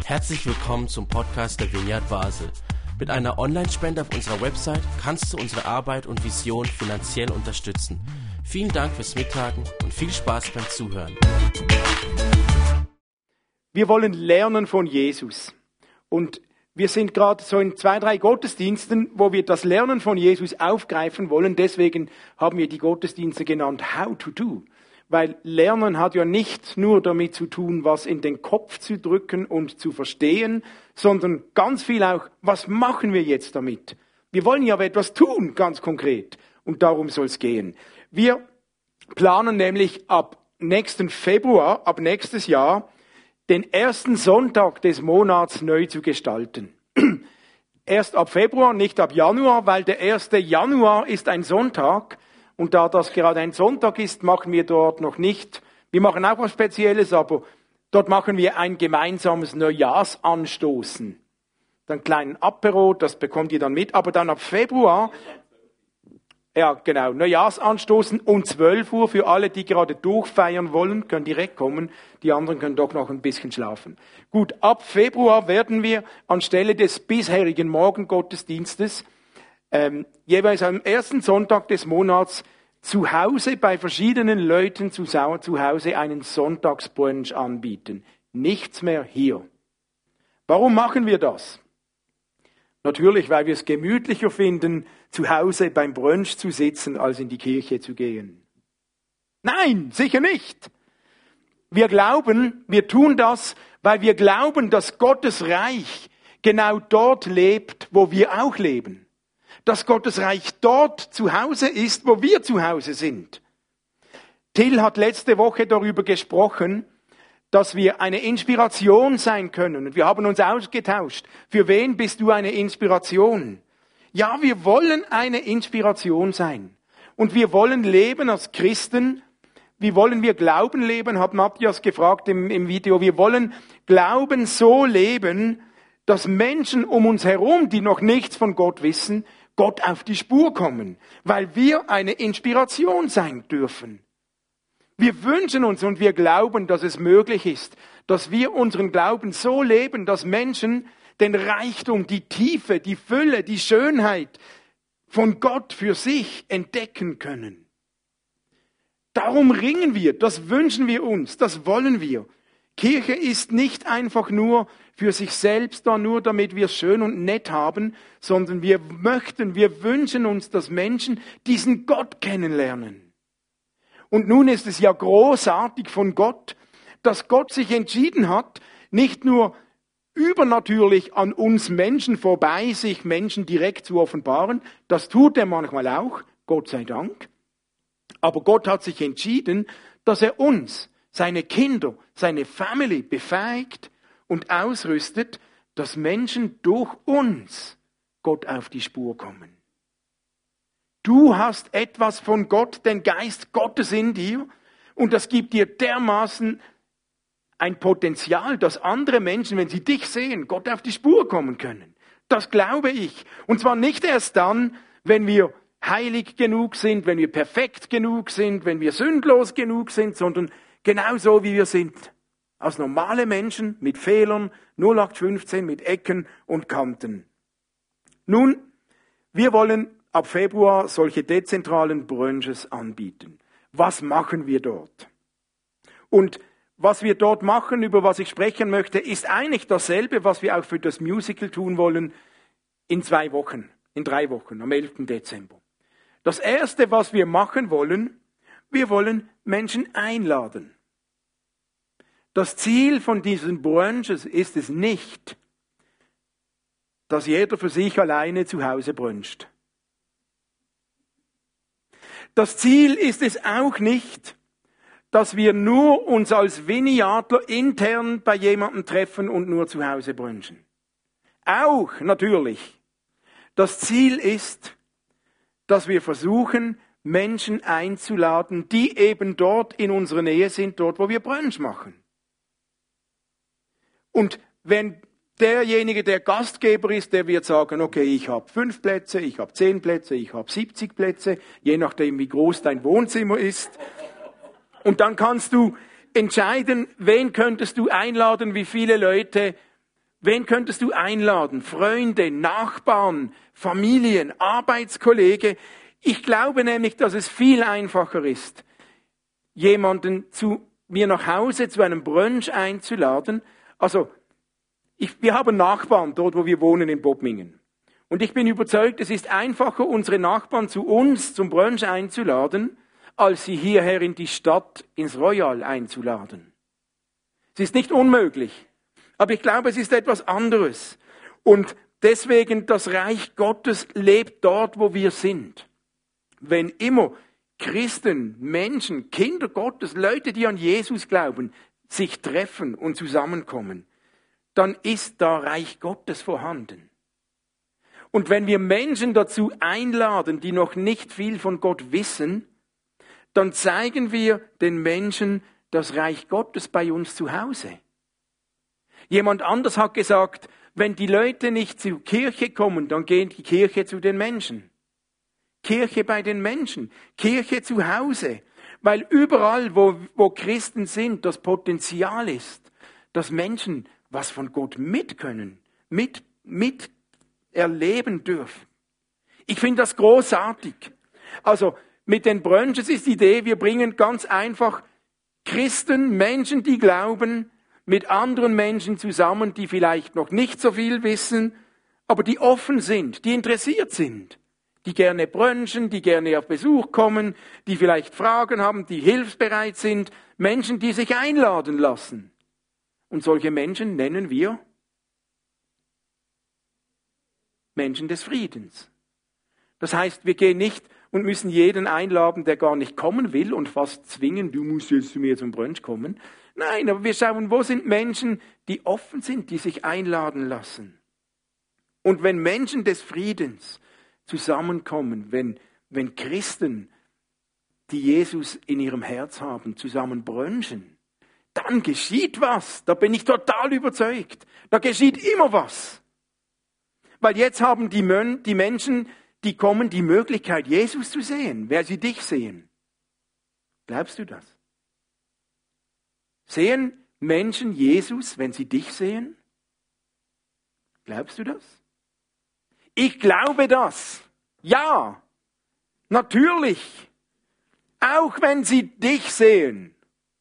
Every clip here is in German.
Herzlich willkommen zum Podcast der Vineyard Basel. Mit einer Online-Spende auf unserer Website kannst du unsere Arbeit und Vision finanziell unterstützen. Vielen Dank fürs Mittagen und viel Spaß beim Zuhören. Wir wollen lernen von Jesus. Und wir sind gerade so in 2, 3 Gottesdiensten, wo wir das Lernen von Jesus aufgreifen wollen. Deswegen haben wir die Gottesdienste genannt How to Do. Weil Lernen hat ja nicht nur damit zu tun, was in den Kopf zu drücken und zu verstehen, sondern ganz viel auch, was machen wir jetzt damit? Wir wollen ja etwas tun, ganz konkret. Und darum soll es gehen. Wir planen nämlich ab nächsten Februar, ab nächstes Jahr, den ersten Sonntag des Monats neu zu gestalten. Erst ab Februar, nicht ab Januar, weil der 1. Januar ist ein Sonntag. Und da das gerade ein Sonntag ist, machen wir dort noch nicht. Wir machen auch was Spezielles, aber dort machen wir ein gemeinsames Neujahrsanstoßen. Dann kleinen Apero, das bekommt ihr dann mit. Aber dann ab Februar, ja genau, Neujahrsanstoßen um 12 Uhr für alle, die gerade durchfeiern wollen, können direkt kommen. Die anderen können doch noch ein bisschen schlafen. Gut, ab Februar werden wir anstelle des bisherigen Morgengottesdienstes jeweils am ersten Sonntag des Monats zu Hause bei verschiedenen Leuten zu Hause einen Sonntagsbrunch anbieten. Nichts mehr hier. Warum machen wir das? Natürlich, weil wir es gemütlicher finden, zu Hause beim Brunch zu sitzen, als in die Kirche zu gehen. Nein, sicher nicht. Wir tun das, weil wir glauben, dass Gottes Reich genau dort lebt, wo wir auch leben. Dass Gottes Reich dort zu Hause ist, wo wir zu Hause sind. Till hat letzte Woche darüber gesprochen, dass wir eine Inspiration sein können. Und wir haben uns ausgetauscht. Für wen bist du eine Inspiration? Ja, wir wollen eine Inspiration sein. Und wir wollen leben als Christen. Wie wollen wir Glauben leben, hat Matthias gefragt im Video. Wir wollen Glauben so leben, dass Menschen um uns herum, die noch nichts von Gott wissen, Gott auf die Spur kommen, weil wir eine Inspiration sein dürfen. Wir wünschen uns und wir glauben, dass es möglich ist, dass wir unseren Glauben so leben, dass Menschen den Reichtum, die Tiefe, die Fülle, die Schönheit von Gott für sich entdecken können. Darum ringen wir, das wünschen wir uns, das wollen wir. Kirche ist nicht einfach nur für sich selbst da, nur damit wir es schön und nett haben, sondern wir wünschen uns, dass Menschen diesen Gott kennenlernen. Und nun ist es ja großartig von Gott, dass Gott sich entschieden hat, nicht nur übernatürlich an uns Menschen vorbei, sich Menschen direkt zu offenbaren, das tut er manchmal auch, Gott sei Dank, aber Gott hat sich entschieden, dass er uns, seine Kinder, seine Family befähigt und ausrüstet, dass Menschen durch uns Gott auf die Spur kommen. Du hast etwas von Gott, den Geist Gottes in dir, und das gibt dir dermaßen ein Potenzial, dass andere Menschen, wenn sie dich sehen, Gott auf die Spur kommen können. Das glaube ich. Und zwar nicht erst dann, wenn wir heilig genug sind, wenn wir perfekt genug sind, wenn wir sündlos genug sind, sondern genauso wie wir sind. Als normale Menschen mit Fehlern, 0815, mit Ecken und Kanten. Nun, wir wollen ab Februar solche dezentralen Brunches anbieten. Was machen wir dort? Und was wir dort machen, über was ich sprechen möchte, ist eigentlich dasselbe, was wir auch für das Musical tun wollen in 3 Wochen, am 11. Dezember. Das Erste, was wir machen wollen, wir wollen Menschen einladen. Das Ziel von diesen Brunches ist es nicht, dass jeder für sich alleine zu Hause bruncht. Das Ziel ist es auch nicht, dass wir nur uns als Vineyardler intern bei jemandem treffen und nur zu Hause brunchen. Auch natürlich. Das Ziel ist, dass wir versuchen, Menschen einzuladen, die eben dort in unserer Nähe sind, dort wo wir Brunch machen. Und wenn derjenige, der Gastgeber ist, der wird sagen, okay, ich habe 5 Plätze, ich habe 10 Plätze, ich habe 70 Plätze, je nachdem, wie groß dein Wohnzimmer ist. Und dann kannst du entscheiden, wen könntest du einladen, wie viele Leute Wen könntest du einladen? Freunde, Nachbarn, Familien, Arbeitskollege. Ich glaube nämlich, dass es viel einfacher ist, jemanden zu mir nach Hause zu einem Brunch einzuladen. Also, wir haben Nachbarn dort, wo wir wohnen in Bottmingen. Und ich bin überzeugt, es ist einfacher, unsere Nachbarn zu uns zum Brunch einzuladen, als sie hierher in die Stadt, ins Royal einzuladen. Es ist nicht unmöglich, aber ich glaube, es ist etwas anderes. Und deswegen, das Reich Gottes lebt dort, wo wir sind. Wenn immer Christen, Menschen, Kinder Gottes, Leute, die an Jesus glauben, sich treffen und zusammenkommen, dann ist da Reich Gottes vorhanden. Und wenn wir Menschen dazu einladen, die noch nicht viel von Gott wissen, dann zeigen wir den Menschen das Reich Gottes bei uns zu Hause. Jemand anders hat gesagt, wenn die Leute nicht zur Kirche kommen, dann geht die Kirche zu den Menschen. Kirche bei den Menschen, Kirche zu Hause. Weil überall, wo Christen sind, das Potenzial ist, dass Menschen was von Gott mitkönnen, mit erleben dürfen. Ich finde das großartig. Also mit den Brunches ist die Idee, wir bringen ganz einfach Christen, Menschen, die glauben, mit anderen Menschen zusammen, die vielleicht noch nicht so viel wissen, aber die offen sind, die interessiert sind, die gerne brunchen, die gerne auf Besuch kommen, die vielleicht Fragen haben, die hilfsbereit sind, Menschen, die sich einladen lassen. Und solche Menschen nennen wir Menschen des Friedens. Das heißt, wir gehen nicht und müssen jeden einladen, der gar nicht kommen will und fast zwingen, du musst jetzt zu mir zum Brunch kommen. Nein, aber wir schauen, wo sind Menschen, die offen sind, die sich einladen lassen. Und wenn Menschen des Friedens zusammenkommen, wenn Christen, die Jesus in ihrem Herz haben, zusammen brunchen, dann geschieht was. Da bin ich total überzeugt. Da geschieht immer was. Weil jetzt haben die Menschen, die kommen, die Möglichkeit, Jesus zu sehen, wer sie dich sehen. Glaubst du das? Sehen Menschen Jesus, wenn sie dich sehen? Glaubst du das? Ich glaube das. Ja, natürlich. Auch wenn sie dich sehen.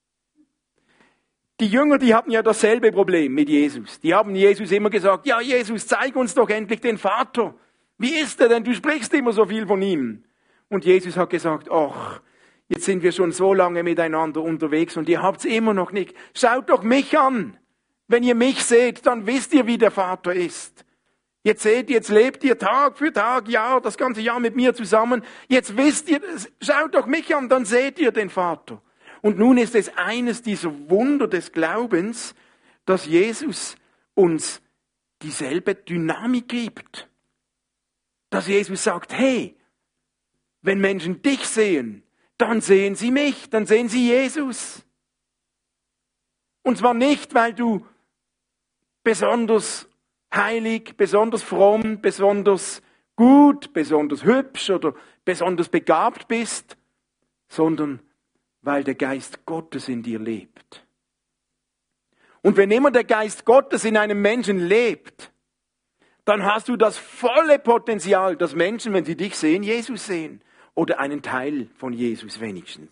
Die Jünger, die hatten ja dasselbe Problem mit Jesus. Die haben Jesus immer gesagt, ja Jesus, zeig uns doch endlich den Vater. Wie ist er denn? Du sprichst immer so viel von ihm. Und Jesus hat gesagt, ach, jetzt sind wir schon so lange miteinander unterwegs und ihr habt's immer noch nicht. Schaut doch mich an. Wenn ihr mich seht, dann wisst ihr, wie der Vater ist. Jetzt lebt ihr Tag für Tag, Jahr, das ganze Jahr mit mir zusammen. Jetzt wisst ihr, schaut doch mich an, dann seht ihr den Vater. Und nun ist es eines dieser Wunder des Glaubens, dass Jesus uns dieselbe Dynamik gibt. Dass Jesus sagt, hey, wenn Menschen dich sehen, dann sehen sie mich, dann sehen sie Jesus. Und zwar nicht, weil du besonders heilig, besonders fromm, besonders gut, besonders hübsch oder besonders begabt bist, sondern weil der Geist Gottes in dir lebt. Und wenn immer der Geist Gottes in einem Menschen lebt, dann hast du das volle Potenzial, dass Menschen, wenn sie dich sehen, Jesus sehen. Oder einen Teil von Jesus wenigstens.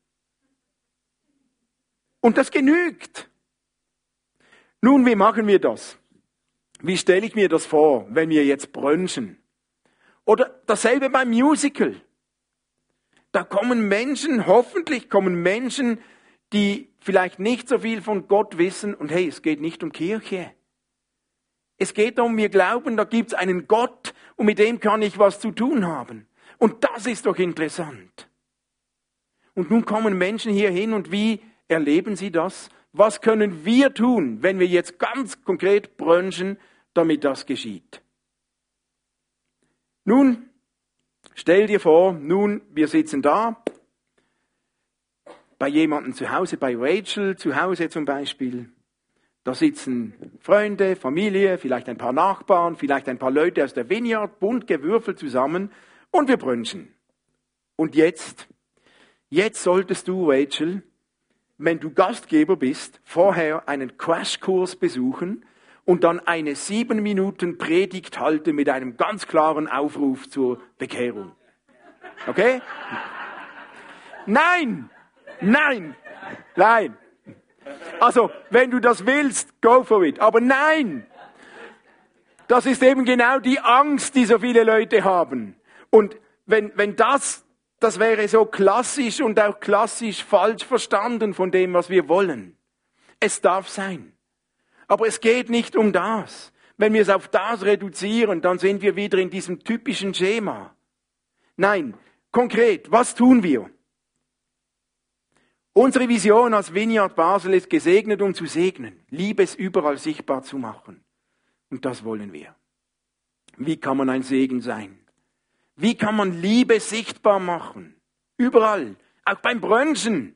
Und das genügt. Nun, wie machen wir das? Wie stelle ich mir das vor, wenn wir jetzt brunchen? Oder dasselbe beim Musical. Da kommen Menschen, hoffentlich kommen Menschen, die vielleicht nicht so viel von Gott wissen. Und hey, es geht nicht um Kirche. Es geht darum, wir glauben, da gibt es einen Gott und mit dem kann ich was zu tun haben. Und das ist doch interessant. Und nun kommen Menschen hier hin und wie erleben sie das? Was können wir tun, wenn wir jetzt ganz konkret brunchen, damit das geschieht? Nun, stell dir vor, wir sitzen da, bei jemandem zu Hause, bei Rachel zu Hause zum Beispiel. Da sitzen Freunde, Familie, vielleicht ein paar Nachbarn, vielleicht ein paar Leute aus der Vineyard, bunt gewürfelt zusammen und wir brunchen. Und jetzt solltest du, Rachel, wenn du Gastgeber bist, vorher einen Crashkurs besuchen und dann eine 7 Minuten Predigt halte mit einem ganz klaren Aufruf zur Bekehrung. Okay? Nein! Nein! Nein! Also, wenn du das willst, go for it. Aber nein! Das ist eben genau die Angst, die so viele Leute haben. Und wenn das wäre so klassisch und auch klassisch falsch verstanden von dem, was wir wollen. Es darf sein. Aber es geht nicht um das. Wenn wir es auf das reduzieren, dann sind wir wieder in diesem typischen Schema. Nein, konkret, was tun wir? Unsere Vision als Vineyard Basel ist gesegnet, um zu segnen. Liebes überall sichtbar zu machen. Und das wollen wir. Wie kann man ein Segen sein? Wie kann man Liebe sichtbar machen? Überall, auch beim Brunchen.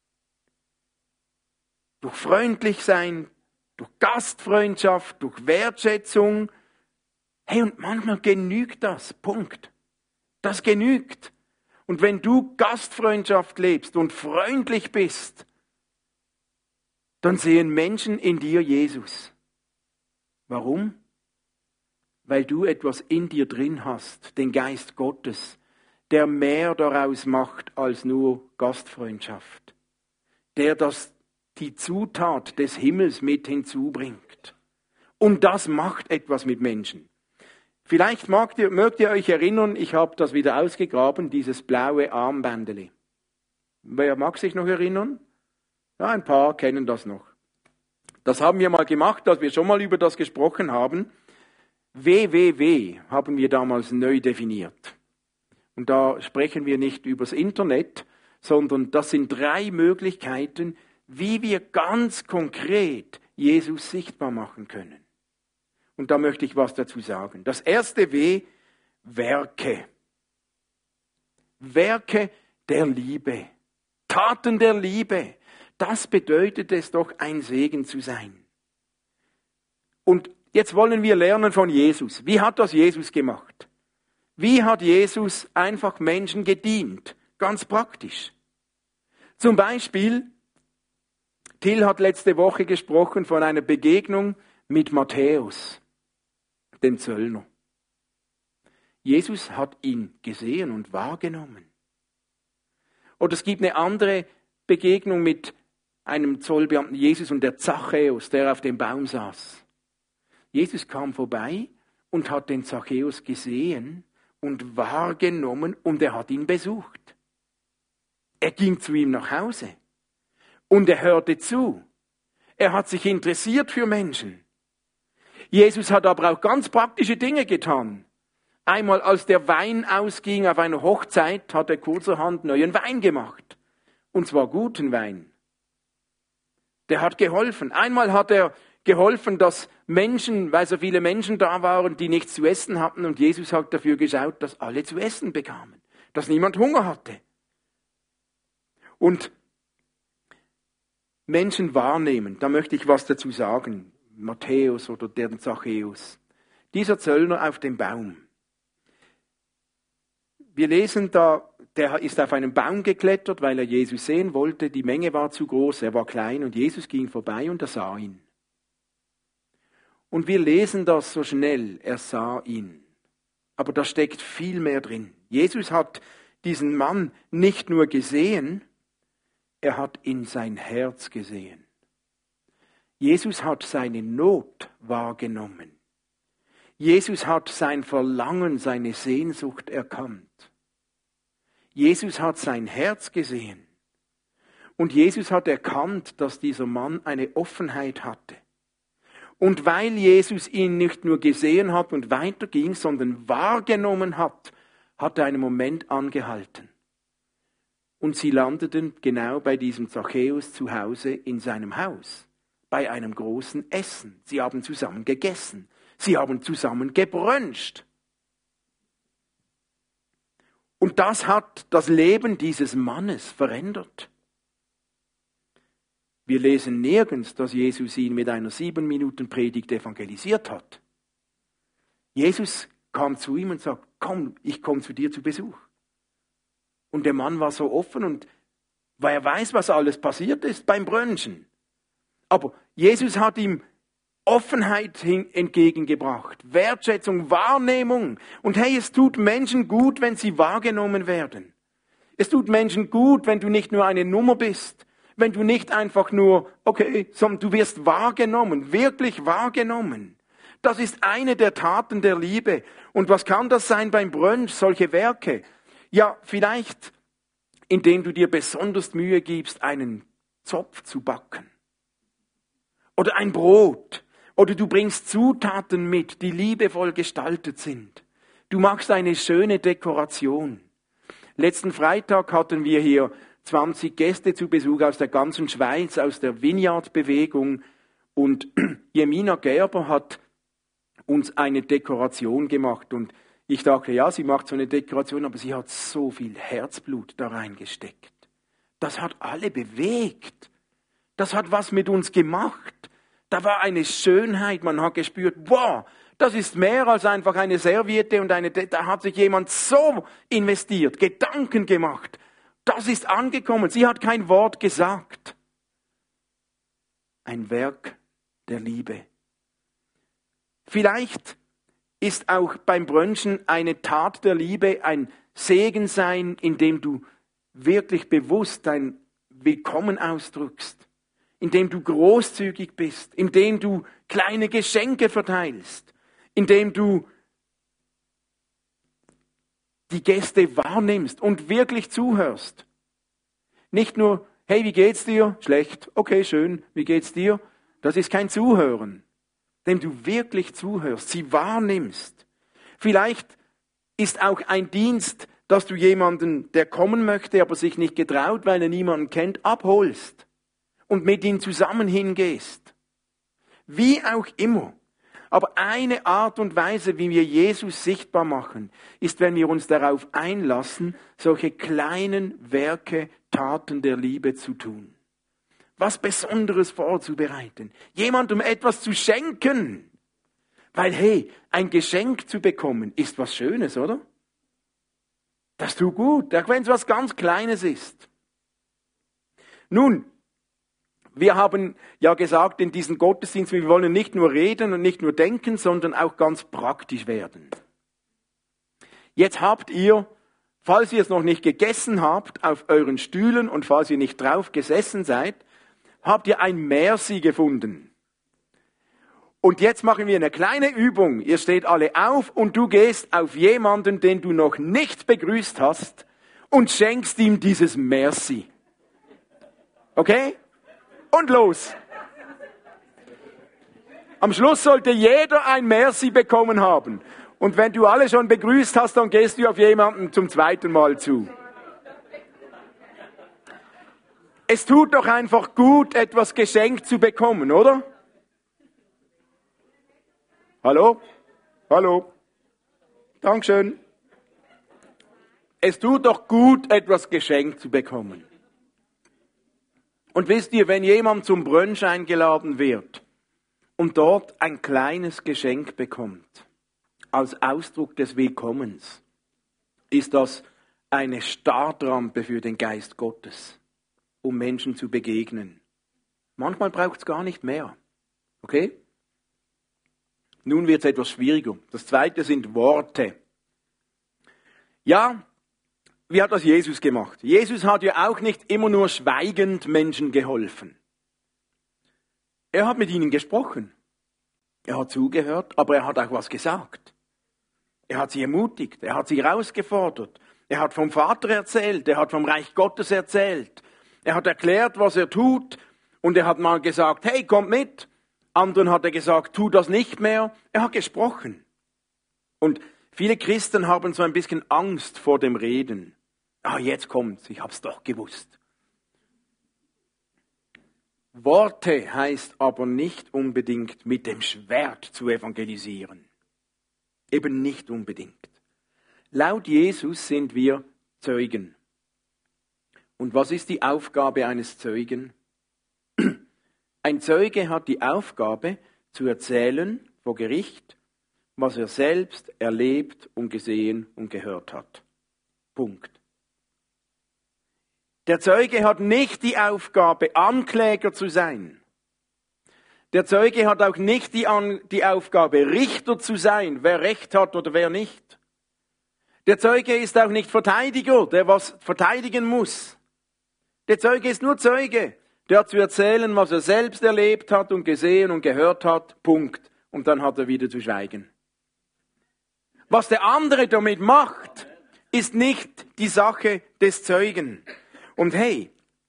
Durch freundlich sein, durch Gastfreundschaft, durch Wertschätzung. Hey, und manchmal genügt das. Punkt. Das genügt. Und wenn du Gastfreundschaft lebst und freundlich bist, dann sehen Menschen in dir Jesus. Warum? Weil du etwas in dir drin hast, den Geist Gottes, der mehr daraus macht als nur Gastfreundschaft. Der die Zutat des Himmels mit hinzubringt. Und das macht etwas mit Menschen. Vielleicht mögt ihr euch erinnern, ich habe das wieder ausgegraben, dieses blaue Armbändeli. Wer mag sich noch erinnern? Ja, ein paar kennen das noch. Das haben wir mal gemacht, als wir schon mal über das gesprochen haben. WWW haben wir damals neu definiert. Und da sprechen wir nicht übers Internet, sondern das sind 3 Möglichkeiten, wie wir ganz konkret Jesus sichtbar machen können. Und da möchte ich was dazu sagen. Das erste W, Werke. Werke der Liebe. Taten der Liebe. Das bedeutet es doch, ein Segen zu sein. Und jetzt wollen wir lernen von Jesus. Wie hat das Jesus gemacht? Wie hat Jesus einfach Menschen gedient? Ganz praktisch. Zum Beispiel, Till hat letzte Woche gesprochen von einer Begegnung mit Matthäus, dem Zöllner. Jesus hat ihn gesehen und wahrgenommen. Oder es gibt eine andere Begegnung mit einem Zollbeamten Jesus und der Zachäus, der auf dem Baum saß. Jesus kam vorbei und hat den Zachäus gesehen und wahrgenommen und er hat ihn besucht. Er ging zu ihm nach Hause und er hörte zu. Er hat sich interessiert für Menschen. Jesus hat aber auch ganz praktische Dinge getan. Einmal, als der Wein ausging auf einer Hochzeit, hat er kurzerhand neuen Wein gemacht. Und zwar guten Wein. Der hat geholfen. Einmal hat er geholfen, dass Menschen, weil so viele Menschen da waren, die nichts zu essen hatten, und Jesus hat dafür geschaut, dass alle zu essen bekamen, dass niemand Hunger hatte. Und Menschen wahrnehmen, da möchte ich was dazu sagen. Matthäus oder der Zachäus. Dieser Zöllner auf dem Baum. Wir lesen da, der ist auf einen Baum geklettert, weil er Jesus sehen wollte. Die Menge war zu groß, er war klein und Jesus ging vorbei und er sah ihn. Und wir lesen das so schnell, er sah ihn. Aber da steckt viel mehr drin. Jesus hat diesen Mann nicht nur gesehen, er hat in sein Herz gesehen. Jesus hat seine Not wahrgenommen. Jesus hat sein Verlangen, seine Sehnsucht erkannt. Jesus hat sein Herz gesehen. Und Jesus hat erkannt, dass dieser Mann eine Offenheit hatte. Und weil Jesus ihn nicht nur gesehen hat und weiterging, sondern wahrgenommen hat, hat er einen Moment angehalten. Und sie landeten genau bei diesem Zachäus zu Hause in seinem Haus, bei einem großen Essen. Sie haben zusammen gegessen. Sie haben zusammen gebruncht. Und das hat das Leben dieses Mannes verändert. Wir lesen nirgends, dass Jesus ihn mit einer 7-Minuten-Predigt evangelisiert hat. Jesus kam zu ihm und sagte, komm, ich komme zu dir zu Besuch. Und der Mann war so offen und weil er weiß, was alles passiert ist beim Brunchen. Aber Jesus hat ihm Offenheit entgegengebracht, Wertschätzung, Wahrnehmung. Und hey, es tut Menschen gut, wenn sie wahrgenommen werden. Es tut Menschen gut, wenn du nicht nur eine Nummer bist, wenn du nicht einfach nur, okay, sondern du wirst wahrgenommen, wirklich wahrgenommen. Das ist eine der Taten der Liebe. Und was kann das sein beim Brunch, solche Werke? Ja, vielleicht, indem du dir besonders Mühe gibst, einen Zopf zu backen. Oder ein Brot. Oder du bringst Zutaten mit, die liebevoll gestaltet sind. Du machst eine schöne Dekoration. Letzten Freitag hatten wir hier 20 Gäste zu Besuch aus der ganzen Schweiz, aus der Vineyard-Bewegung. Und Jemina Gerber hat uns eine Dekoration gemacht. Und ich dachte, ja, sie macht so eine Dekoration, aber sie hat so viel Herzblut da reingesteckt. Das hat alle bewegt. Das hat was mit uns gemacht. Da war eine Schönheit, man hat gespürt, wow, das ist mehr als einfach eine Serviette und da hat sich jemand so investiert, Gedanken gemacht. Das ist angekommen. Sie hat kein Wort gesagt. Ein Werk der Liebe. Vielleicht ist auch beim Brunchen eine Tat der Liebe ein Segen sein, indem du wirklich bewusst dein Willkommen ausdrückst, indem du großzügig bist, indem du kleine Geschenke verteilst, indem du die Gäste wahrnimmst und wirklich zuhörst. Nicht nur, hey, wie geht's dir? Schlecht. Okay, schön. Wie geht's dir? Das ist kein Zuhören, indem du wirklich zuhörst, sie wahrnimmst. Vielleicht ist auch ein Dienst, dass du jemanden, der kommen möchte, aber sich nicht getraut, weil er niemanden kennt, abholst und mit ihm zusammen hingehst. Wie auch immer. Aber eine Art und Weise, wie wir Jesus sichtbar machen, ist, wenn wir uns darauf einlassen, solche kleinen Werke, Taten der Liebe zu tun. Was Besonderes vorzubereiten. Jemandem etwas zu schenken. Weil, hey, ein Geschenk zu bekommen, ist was Schönes, oder? Das tut gut, auch wenn es was ganz Kleines ist. Nun, wir haben ja gesagt in diesem Gottesdienst, wir wollen nicht nur reden und nicht nur denken, sondern auch ganz praktisch werden. Jetzt habt ihr, falls ihr es noch nicht gegessen habt, auf euren Stühlen und falls ihr nicht drauf gesessen seid, habt ihr ein Merci gefunden. Und jetzt machen wir eine kleine Übung. Ihr steht alle auf und du gehst auf jemanden, den du noch nicht begrüßt hast und schenkst ihm dieses Merci. Okay? Und los. Am Schluss sollte jeder ein Merci bekommen haben. Und wenn du alle schon begrüßt hast, dann gehst du auf jemanden zum zweiten Mal zu. Es tut doch einfach gut, etwas geschenkt zu bekommen, oder? Hallo? Hallo? Dankeschön. Es tut doch gut, etwas geschenkt zu bekommen. Und wisst ihr, wenn jemand zum Brunch eingeladen wird und dort ein kleines Geschenk bekommt, als Ausdruck des Willkommens, ist das eine Startrampe für den Geist Gottes, um Menschen zu begegnen. Manchmal braucht es gar nicht mehr. Okay? Nun wird es etwas schwieriger. Das zweite sind Worte. Ja, wie hat das Jesus gemacht? Jesus hat ja auch nicht immer nur schweigend Menschen geholfen. Er hat mit ihnen gesprochen. Er hat zugehört, aber er hat auch was gesagt. Er hat sie ermutigt, er hat sie herausgefordert. Er hat vom Vater erzählt, er hat vom Reich Gottes erzählt. Er hat erklärt, was er tut und er hat mal gesagt, hey, kommt mit. Anderen hat er gesagt, tu das nicht mehr. Er hat gesprochen. Und viele Christen haben so ein bisschen Angst vor dem Reden. Ah, jetzt kommt's, ich hab's doch gewusst. Worte heißt aber nicht unbedingt mit dem Schwert zu evangelisieren. Eben nicht unbedingt. Laut Jesus sind wir Zeugen. Und was ist die Aufgabe eines Zeugen? Ein Zeuge hat die Aufgabe, zu erzählen vor Gericht, was er selbst erlebt und gesehen und gehört hat. Punkt. Der Zeuge hat nicht die Aufgabe, Ankläger zu sein. Der Zeuge hat auch nicht die Aufgabe, Richter zu sein, wer Recht hat oder wer nicht. Der Zeuge ist auch nicht Verteidiger, der was verteidigen muss. Der Zeuge ist nur Zeuge, der hat zu erzählen, was er selbst erlebt hat und gesehen und gehört hat, Punkt. Und dann hat er wieder zu schweigen. Was der andere damit macht, ist nicht die Sache des Zeugen. Und hey,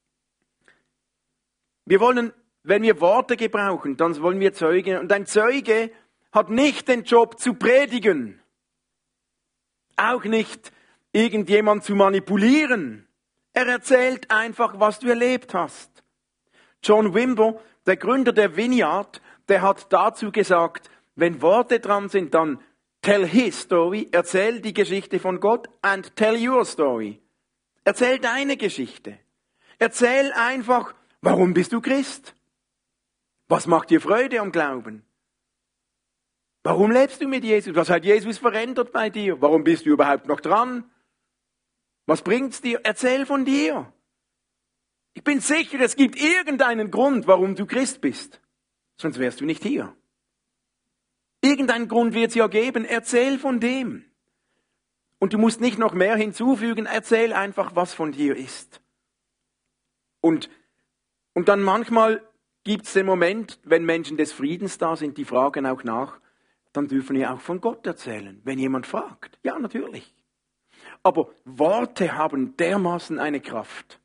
wir wollen, wenn wir Worte gebrauchen, dann wollen wir Zeugen. Und ein Zeuge hat nicht den Job zu predigen. Auch nicht irgendjemand zu manipulieren. Er erzählt einfach, was du erlebt hast. John Wimber, der Gründer der Vineyard, der hat dazu gesagt, wenn Worte dran sind, dann tell his story, erzähl die Geschichte von Gott, and tell your story. Erzähl deine Geschichte. Erzähl einfach, warum bist du Christ? Was macht dir Freude am Glauben? Warum lebst du mit Jesus? Was hat Jesus verändert bei dir? Warum bist du überhaupt noch dran? Was bringt's dir? Erzähl von dir. Ich bin sicher, es gibt irgendeinen Grund, warum du Christ bist. Sonst wärst du nicht hier. Irgendeinen Grund wird es ja geben. Erzähl von dem. Und du musst nicht noch mehr hinzufügen. Erzähl einfach, was von dir ist. Und dann manchmal gibt es den Moment, wenn Menschen des Friedens da sind, die fragen auch nach, dann dürfen wir auch von Gott erzählen, wenn jemand fragt. Ja, natürlich. Aber Worte haben dermaßen eine Kraft.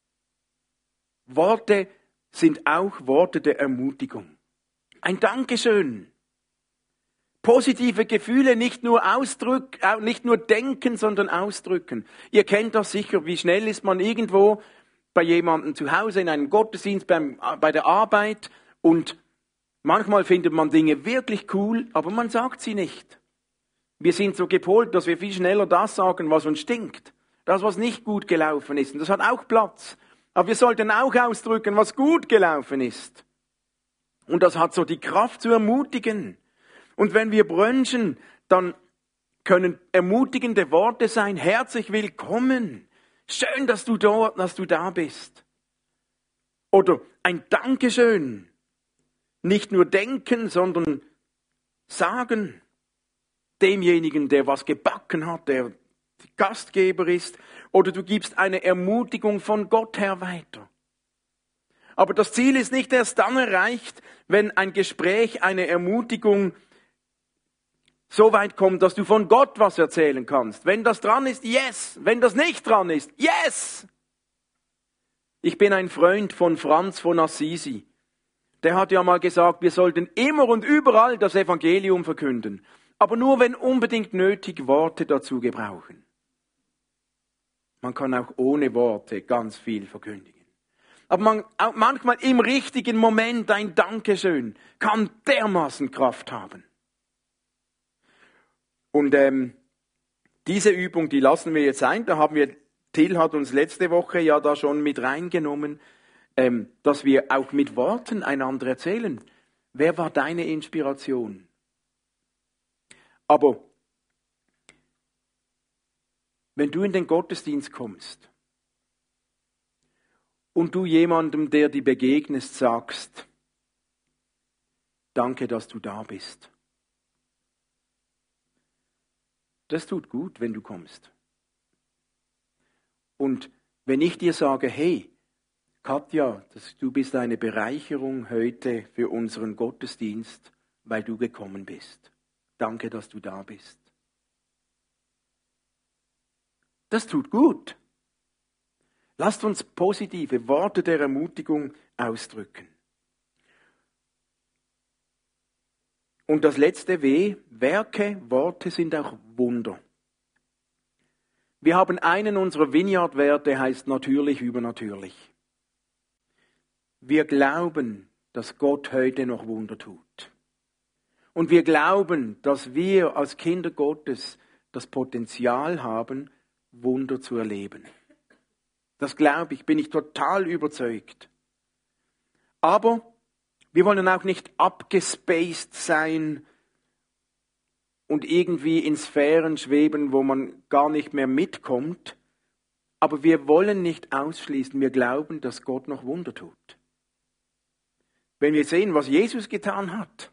Worte sind auch Worte der Ermutigung. Ein Dankeschön. Positive Gefühle nicht nur denken, sondern ausdrücken. Ihr kennt das sicher, wie schnell ist man irgendwo bei jemandem zu Hause, in einem Gottesdienst, bei der Arbeit und manchmal findet man Dinge wirklich cool, aber man sagt sie nicht. Wir sind so gepolt, dass wir viel schneller das sagen, was uns stinkt. Das, was nicht gut gelaufen ist. Und das hat auch Platz. Aber wir sollten auch ausdrücken, was gut gelaufen ist. Und das hat so die Kraft zu ermutigen. Und wenn wir brunchen, dann können ermutigende Worte sein. Herzlich willkommen. Schön, dass du da bist. Oder ein Dankeschön. Nicht nur denken, sondern sagen. Demjenigen, der was gebacken hat, der Gastgeber ist. Oder du gibst eine Ermutigung von Gott her weiter. Aber das Ziel ist nicht erst dann erreicht, wenn ein Gespräch, eine Ermutigung so weit kommt, dass du von Gott was erzählen kannst. Wenn das dran ist, yes. Wenn das nicht dran ist, yes. Ich bin ein Freund von Franz von Assisi. Der hat ja mal gesagt, wir sollten immer und überall das Evangelium verkünden. Aber nur, wenn unbedingt nötig, Worte dazu gebrauchen. Man kann auch ohne Worte ganz viel verkündigen. Aber manchmal im richtigen Moment ein Dankeschön kann dermaßen Kraft haben. Und diese Übung, die lassen wir jetzt ein. Till hat uns letzte Woche ja da schon mit reingenommen, dass wir auch mit Worten einander erzählen. Wer war deine Inspiration? Aber wenn du in den Gottesdienst kommst und du jemandem, der dir begegnest, sagst, danke, dass du da bist. Das tut gut, wenn du kommst. Und wenn ich dir sage, hey, Katja, du bist eine Bereicherung heute für unseren Gottesdienst, weil du gekommen bist. Danke, dass du da bist. Das tut gut. Lasst uns positive Worte der Ermutigung ausdrücken. Und das letzte W, Werke, Worte sind auch Wunder. Wir haben einen unserer Vineyard-Werte, heißt natürlich übernatürlich. Wir glauben, dass Gott heute noch Wunder tut. Und wir glauben, dass wir als Kinder Gottes das Potenzial haben, Wunder zu erleben. Das glaube ich, bin ich total überzeugt. Aber wir wollen auch nicht abgespaced sein und irgendwie in Sphären schweben, wo man gar nicht mehr mitkommt. Aber wir wollen nicht ausschließen, wir glauben, dass Gott noch Wunder tut. Wenn wir sehen, was Jesus getan hat.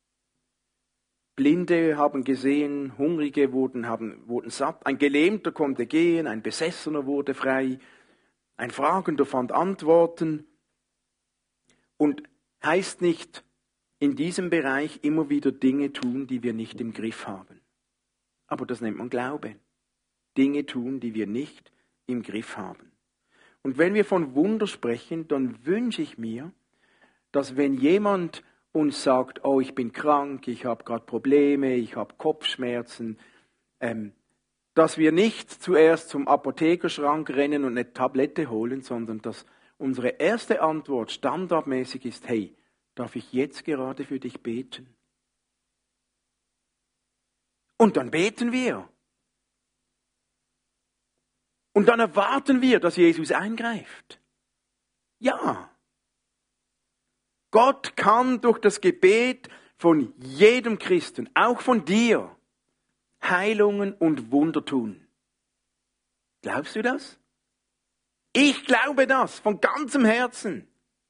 Blinde haben gesehen, Hungrige wurden satt, ein Gelähmter konnte gehen, ein Besessener wurde frei, ein Fragender fand Antworten. Und heißt nicht, in diesem Bereich immer wieder Dinge tun, die wir nicht im Griff haben. Aber das nennt man Glaube. Dinge tun, die wir nicht im Griff haben. Und wenn wir von Wunder sprechen, dann wünsche ich mir, dass wenn jemand uns sagt, oh, ich bin krank, ich habe gerade Probleme, ich habe Kopfschmerzen, dass wir nicht zuerst zum Apothekerschrank rennen und eine Tablette holen, sondern dass unsere erste Antwort standardmäßig ist, hey, darf ich jetzt gerade für dich beten? Und dann beten wir. Und dann erwarten wir, dass Jesus eingreift. Ja. Gott kann durch das Gebet von jedem Christen, auch von dir, Heilungen und Wunder tun. Glaubst du das? Ich glaube das von ganzem Herzen.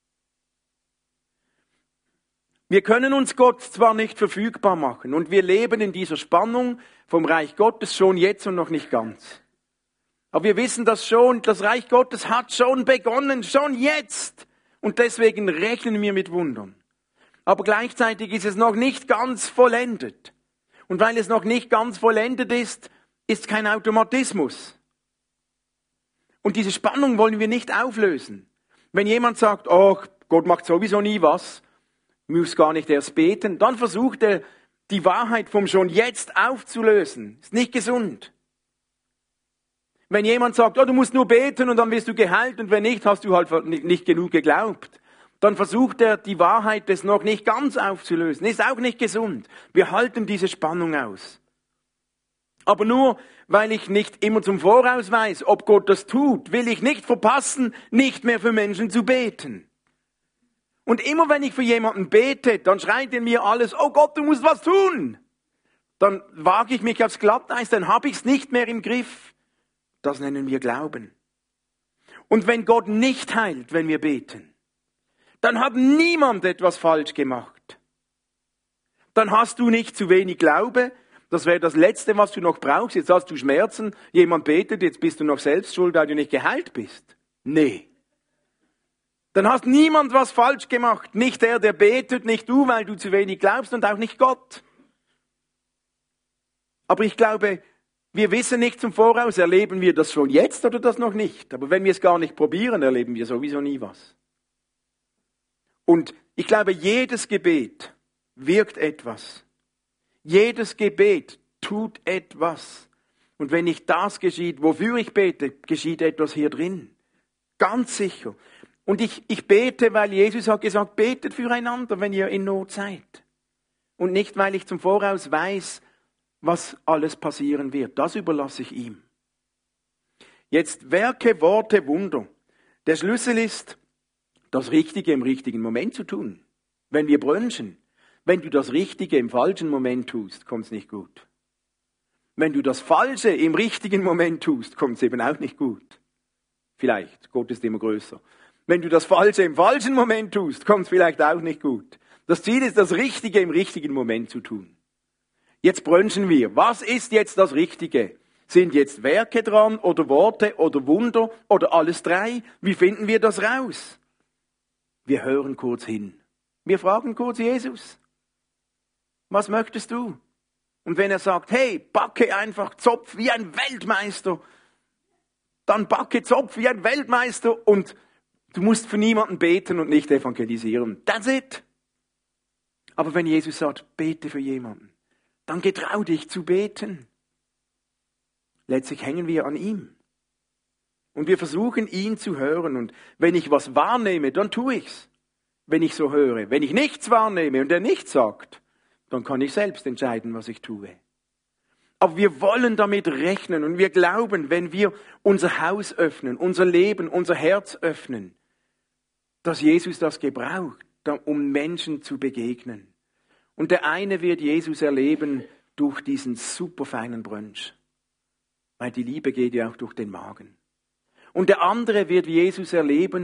Wir können uns Gott zwar nicht verfügbar machen und wir leben in dieser Spannung vom Reich Gottes schon jetzt und noch nicht ganz. Aber wir wissen das schon, das Reich Gottes hat schon begonnen, schon jetzt. Und deswegen rechnen wir mit Wundern. Aber gleichzeitig ist es noch nicht ganz vollendet. Und weil es noch nicht ganz vollendet ist, ist kein Automatismus. Und diese Spannung wollen wir nicht auflösen. Wenn jemand sagt, oh, Gott macht sowieso nie was, muss gar nicht erst beten, dann versucht er, die Wahrheit vom schon jetzt aufzulösen. Ist nicht gesund. Wenn jemand sagt, oh, du musst nur beten und dann wirst du geheilt und wenn nicht, hast du halt nicht genug geglaubt, dann versucht er, die Wahrheit des noch nicht ganz aufzulösen. Ist auch nicht gesund. Wir halten diese Spannung aus. Aber nur, weil ich nicht immer zum Voraus weiß, ob Gott das tut, will ich nicht verpassen, nicht mehr für Menschen zu beten. Und immer wenn ich für jemanden bete, dann schreit in mir alles, oh Gott, du musst was tun. Dann wage ich mich aufs Glatteis, dann habe ich es nicht mehr im Griff. Das nennen wir Glauben. Und wenn Gott nicht heilt, wenn wir beten, dann hat niemand etwas falsch gemacht. Dann hast du nicht zu wenig Glaube. Das wäre das Letzte, was du noch brauchst. Jetzt hast du Schmerzen, jemand betet, jetzt bist du noch selbst schuld, weil du nicht geheilt bist. Nee. Dann hast niemand was falsch gemacht. Nicht der betet, nicht du, weil du zu wenig glaubst und auch nicht Gott. Aber ich glaube, wir wissen nicht zum Voraus, erleben wir das schon jetzt oder das noch nicht. Aber wenn wir es gar nicht probieren, erleben wir sowieso nie was. Und ich glaube, jedes Gebet wirkt etwas. Jedes Gebet tut etwas. Und wenn nicht das geschieht, wofür ich bete, geschieht etwas hier drin. Ganz sicher. Und ich bete, weil Jesus hat gesagt, betet füreinander, wenn ihr in Not seid. Und nicht, weil ich zum Voraus weiß, was alles passieren wird. Das überlasse ich ihm. Jetzt Werke, Worte, Wunder. Der Schlüssel ist, das Richtige im richtigen Moment zu tun. Wenn wir brunchen, wenn du das Richtige im falschen Moment tust, kommt es nicht gut. Wenn du das Falsche im richtigen Moment tust, kommt es eben auch nicht gut. Vielleicht, Gott ist immer größer. Wenn du das Falsche im falschen Moment tust, kommt es vielleicht auch nicht gut. Das Ziel ist, das Richtige im richtigen Moment zu tun. Jetzt brunchen wir. Was ist jetzt das Richtige? Sind jetzt Werke dran oder Worte oder Wunder oder alles drei? Wie finden wir das raus? Wir hören kurz hin. Wir fragen kurz Jesus. Was möchtest du? Und wenn er sagt, hey, backe einfach Zopf wie ein Weltmeister, dann backe Zopf wie ein Weltmeister und du musst für niemanden beten und nicht evangelisieren. That's it. Aber wenn Jesus sagt, bete für jemanden, dann getrau dich zu beten. Letztlich hängen wir an ihm. Und wir versuchen, ihn zu hören. Und wenn ich was wahrnehme, dann tue ich's. Wenn ich so höre. Wenn ich nichts wahrnehme und er nichts sagt, dann kann ich selbst entscheiden, was ich tue. Aber wir wollen damit rechnen und wir glauben, wenn wir unser Haus öffnen, unser Leben, unser Herz öffnen, dass Jesus das gebraucht, um Menschen zu begegnen. Und der eine wird Jesus erleben durch diesen superfeinen Brunch. Weil die Liebe geht ja auch durch den Magen. Und der andere wird Jesus erleben,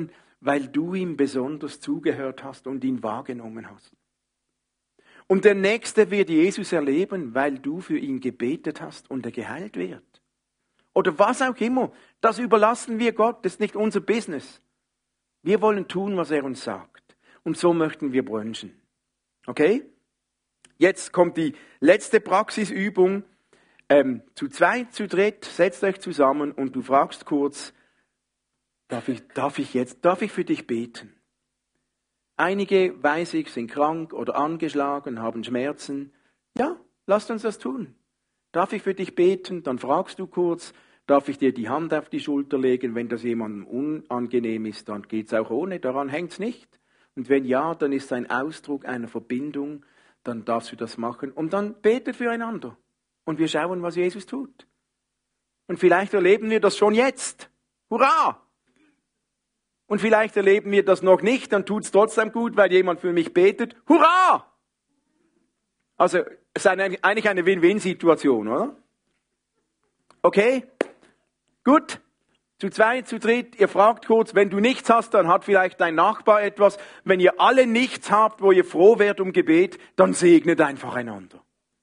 weil du ihm besonders zugehört hast und ihn wahrgenommen hast. Und der Nächste wird Jesus erleben, weil du für ihn gebetet hast und er geheilt wird. Oder was auch immer. Das überlassen wir Gott, das ist nicht unser Business. Wir wollen tun, was er uns sagt. Und so möchten wir brunchen. Okay? Jetzt kommt die letzte Praxisübung. Zu zweit, zu dritt, setzt euch zusammen und du fragst kurz, darf ich für dich beten? Einige, weiß ich, sind krank oder angeschlagen, haben Schmerzen. Ja, lasst uns das tun. Darf ich für dich beten? Dann fragst du kurz, darf ich dir die Hand auf die Schulter legen? Wenn das jemandem unangenehm ist, dann geht's auch ohne, daran hängt's nicht. Und wenn ja, dann ist es ein Ausdruck einer Verbindung, dann darfst du das machen. Und dann betet füreinander. Und wir schauen, was Jesus tut. Und vielleicht erleben wir das schon jetzt. Hurra! Und vielleicht erleben wir das noch nicht, dann tut's trotzdem gut, weil jemand für mich betet. Hurra! Also, es ist eigentlich eine Win-Win-Situation, oder? Okay? Gut. Zu zweit, zu dritt, ihr fragt kurz, wenn du nichts hast, dann hat vielleicht dein Nachbar etwas. Wenn ihr alle nichts habt, wo ihr froh werdet um Gebet, dann segnet einfach einander.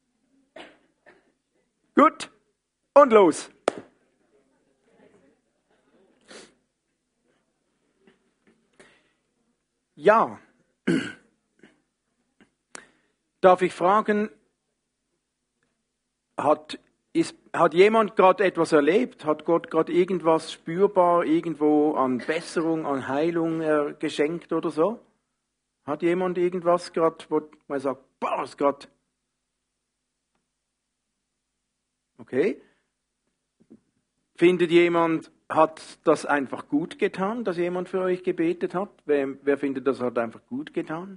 Gut. Und los. Ja. Darf ich fragen, hat jemand gerade etwas erlebt? Hat Gott gerade irgendwas spürbar irgendwo an Besserung, an Heilung geschenkt oder so? Hat jemand irgendwas gerade, wo man sagt, boah, ist gerade... Okay. Findet jemand, hat das einfach gut getan, dass jemand für euch gebetet hat? Wer findet, das hat einfach gut getan?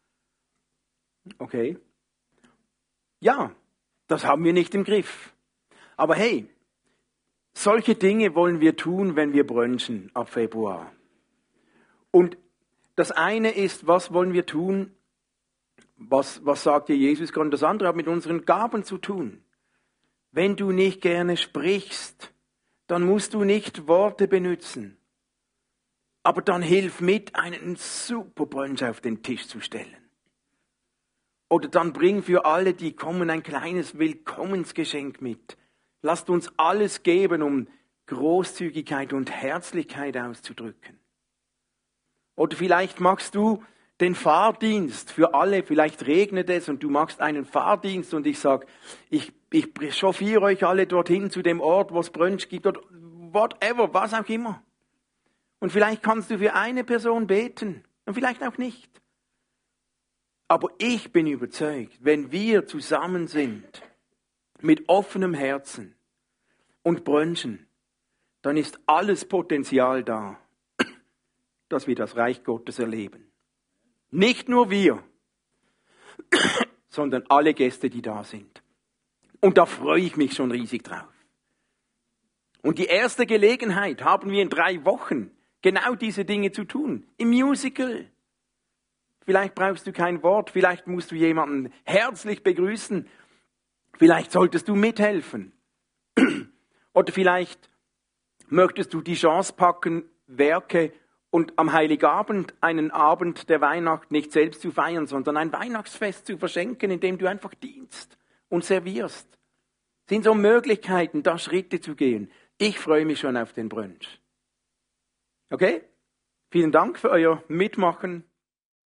Okay. Ja, das haben wir nicht im Griff. Aber hey, solche Dinge wollen wir tun, wenn wir brunchen ab Februar. Und das eine ist, was wollen wir tun? Was sagt dir Jesus? Und das andere hat mit unseren Gaben zu tun. Wenn du nicht gerne sprichst, dann musst du nicht Worte benutzen. Aber dann hilf mit, einen super Brunch auf den Tisch zu stellen. Oder dann bring für alle, die kommen, ein kleines Willkommensgeschenk mit. Lasst uns alles geben, um Großzügigkeit und Herzlichkeit auszudrücken. Oder vielleicht machst du den Fahrdienst für alle, vielleicht regnet es und du machst einen Fahrdienst und ich sage, ich chauffiere euch alle dorthin zu dem Ort, wo es Brunch gibt oder whatever, was auch immer. Und vielleicht kannst du für eine Person beten und vielleicht auch nicht. Aber ich bin überzeugt, wenn wir zusammen sind, mit offenem Herzen und brunchen, dann ist alles Potenzial da, dass wir das Reich Gottes erleben. Nicht nur wir, sondern alle Gäste, die da sind. Und da freue ich mich schon riesig drauf. Und die erste Gelegenheit haben wir in 3 Wochen, genau diese Dinge zu tun. Im Musical. Vielleicht brauchst du kein Wort, vielleicht musst du jemanden herzlich begrüßen. Vielleicht solltest du mithelfen. Oder vielleicht möchtest du die Chance packen, Werke und am Heiligabend einen Abend der Weihnacht nicht selbst zu feiern, sondern ein Weihnachtsfest zu verschenken, indem du einfach dienst und servierst. Das sind so Möglichkeiten, da Schritte zu gehen. Ich freue mich schon auf den Brunch. Okay? Vielen Dank für euer Mitmachen.